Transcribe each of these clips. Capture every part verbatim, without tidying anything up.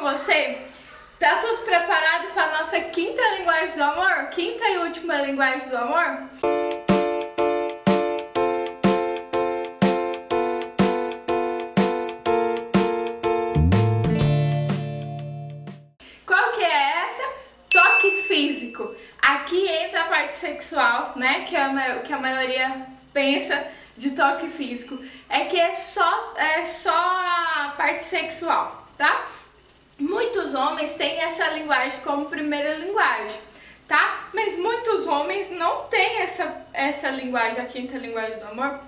você? Tá tudo preparado para nossa quinta linguagem do amor? Quinta e última linguagem do amor? Qual que é essa? Toque físico. Aqui entra a parte sexual, né? Que a, que a maioria pensa de toque físico. É que é só, é só a parte sexual, tá? Muitos homens têm essa linguagem como primeira linguagem, tá? Mas muitos homens não têm essa, essa linguagem, a quinta linguagem do amor,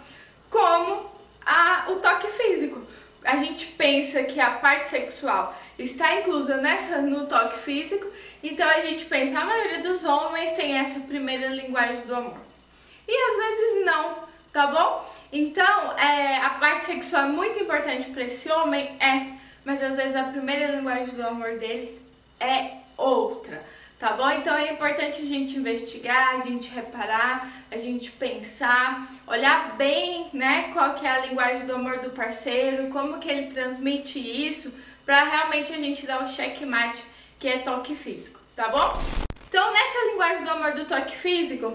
como a, o toque físico. A gente pensa que a parte sexual está inclusa nessa, no toque físico, então a gente pensa, a maioria dos homens tem essa primeira linguagem do amor. E às vezes não, tá bom? Então, é, a parte sexual é muito importante para esse homem, é... mas às vezes a primeira linguagem do amor dele é outra, tá bom? Então é importante a gente investigar, a gente reparar, a gente pensar, olhar bem, né, qual que é a linguagem do amor do parceiro, como que ele transmite isso, pra realmente a gente dar o checkmate, que é toque físico, tá bom? Então nessa linguagem do amor do toque físico,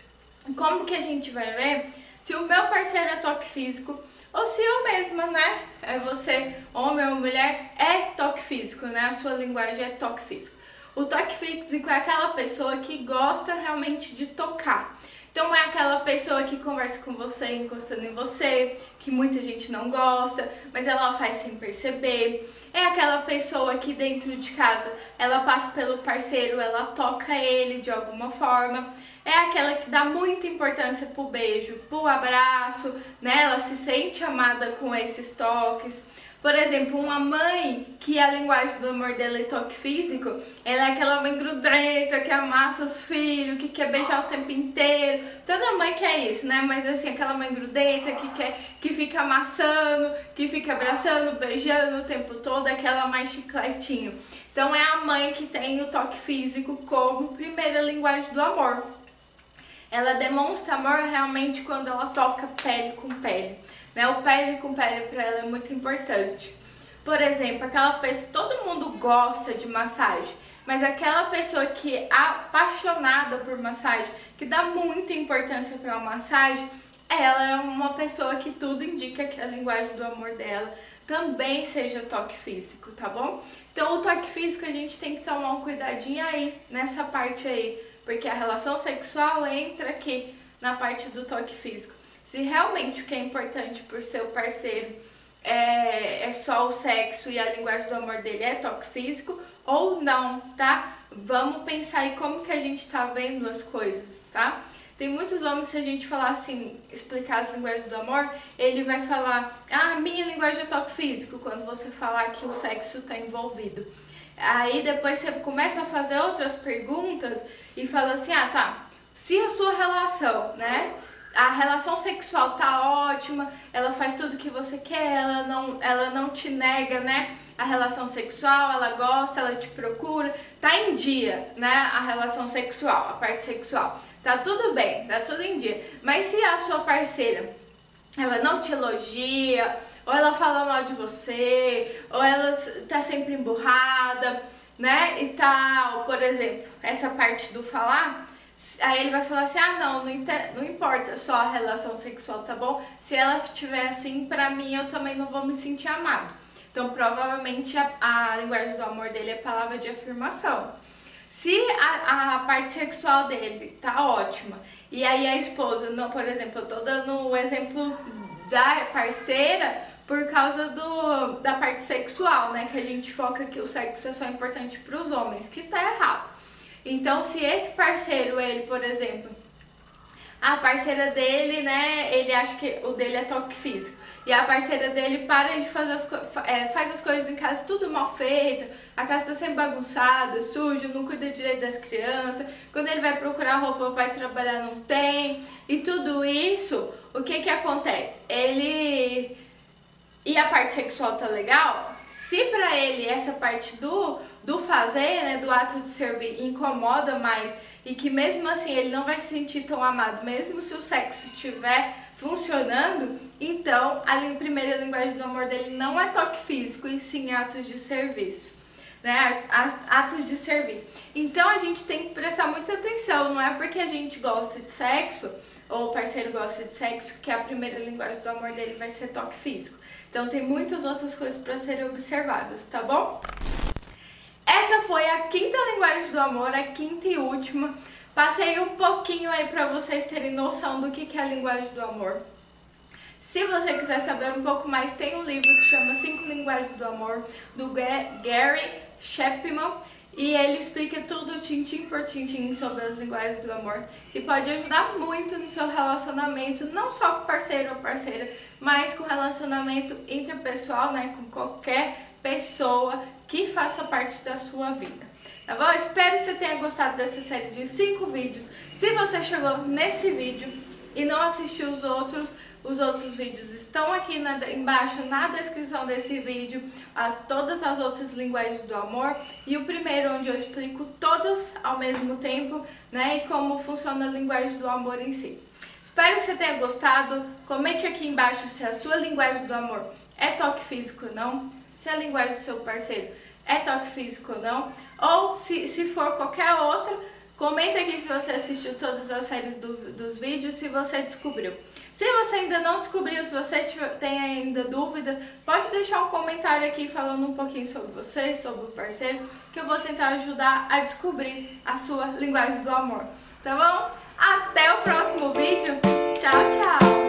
como que a gente vai ver se o meu parceiro é toque físico, ou se eu mesma, né, é você, homem ou mulher, é toque físico, né, a sua linguagem é toque físico. O toque físico é aquela pessoa que gosta realmente de tocar. Então é aquela pessoa que conversa com você, encostando em você, que muita gente não gosta, mas ela faz sem perceber. É aquela pessoa que dentro de casa, ela passa pelo parceiro, ela toca ele de alguma forma. É aquela que dá muita importância pro beijo, pro abraço, né? Ela se sente amada com esses toques. Por exemplo, uma mãe que a linguagem do amor dela é toque físico, ela é aquela mãe grudenta que amassa os filhos, que quer beijar o tempo inteiro. Toda mãe quer isso, né? Mas assim, aquela mãe grudenta que quer, que fica amassando, que fica abraçando, beijando o tempo todo, aquela mais chicletinho. Então é a mãe que tem o toque físico como primeira linguagem do amor. Ela demonstra amor realmente quando ela toca pele com pele, né? O pele com pele para ela é muito importante. Por exemplo, aquela pessoa, todo mundo gosta de massagem, mas aquela pessoa que é apaixonada por massagem, que dá muita importância para a massagem, ela é uma pessoa que tudo indica que a linguagem do amor dela também seja toque físico, tá bom? Então o toque físico a gente tem que tomar um cuidadinho aí, nessa parte aí, porque a relação sexual entra aqui na parte do toque físico. Se realmente o que é importante pro seu parceiro é, é só o sexo e a linguagem do amor dele é toque físico ou não, tá? Vamos pensar aí como que a gente tá vendo as coisas, tá? Tem muitos homens, se a gente falar assim, explicar as linguagens do amor, ele vai falar, ah, minha linguagem é toque físico, quando você falar que o sexo tá envolvido. Aí depois você começa a fazer outras perguntas e fala assim, ah tá, se a sua relação, né, a relação sexual tá ótima, ela faz tudo que você quer, ela não, ela não te nega, né, a relação sexual, ela gosta, ela te procura, tá em dia, né, a relação sexual, a parte sexual, tá tudo bem, tá tudo em dia, mas se a sua parceira, ela não te elogia, ou ela fala mal de você, ou ela tá sempre emburrada, né, e tal, por exemplo, essa parte do falar, aí ele vai falar assim, ah não, não, inter... não importa só a relação sexual, tá bom? Se ela estiver assim, pra mim eu também não vou me sentir amado. Então provavelmente a, a linguagem do amor dele é palavra de afirmação. Se a, a parte sexual dele tá ótima, e aí a esposa, não, por exemplo, eu tô dando o exemplo da parceira, por causa do, da parte sexual, né? Que a gente foca que o sexo é só importante para os homens, que tá errado. Então, se esse parceiro, ele, por exemplo, a parceira dele, né? Ele acha que o dele é toque físico. E a parceira dele para de fazer as, é, faz as coisas em casa tudo mal feito, a casa tá sempre bagunçada, suja, não cuida direito das crianças. Quando ele vai procurar roupa para ir trabalhar, não tem. E tudo isso, o que que acontece? Ele... E a parte sexual tá legal? Se pra ele essa parte do, do fazer, né, do ato de servir incomoda mais e que mesmo assim ele não vai se sentir tão amado, mesmo se o sexo estiver funcionando, então a primeira linguagem do amor dele não é toque físico e sim atos de serviço. né, atos de servir. Então a gente tem que prestar muita atenção, não é porque a gente gosta de sexo ou o parceiro gosta de sexo que a primeira linguagem do amor dele vai ser toque físico. Então tem muitas outras coisas para serem observadas, tá bom? Essa foi a quinta linguagem do amor, a quinta e última. Passei um pouquinho aí para vocês terem noção do que é a linguagem do amor. Se você quiser saber um pouco mais, tem um livro que chama Cinco Linguagens do Amor, do Gary Chapman, e ele explica tudo tintim por tintim sobre as linguagens do amor, que pode ajudar muito no seu relacionamento, não só com parceiro ou parceira, mas com relacionamento interpessoal, né, com qualquer pessoa que faça parte da sua vida. Tá bom? Espero que você tenha gostado dessa série de cinco vídeos. Se você chegou nesse vídeo e não assistiu os outros, os outros vídeos estão aqui na, embaixo na descrição desse vídeo, a todas as outras linguagens do amor e o primeiro onde eu explico todas ao mesmo tempo, né, e como funciona a linguagem do amor em si. Espero que você tenha gostado. Comente aqui embaixo se a sua linguagem do amor é toque físico ou não, se a linguagem do seu parceiro é toque físico ou não, ou se, se for qualquer outra. Comenta aqui se você assistiu todas as séries do, dos vídeos, se você descobriu. Se você ainda não descobriu, se você tiver, tem ainda dúvida, pode deixar um comentário aqui falando um pouquinho sobre você, sobre o parceiro, que eu vou tentar ajudar a descobrir a sua linguagem do amor. Tá bom? Até o próximo vídeo. Tchau, tchau!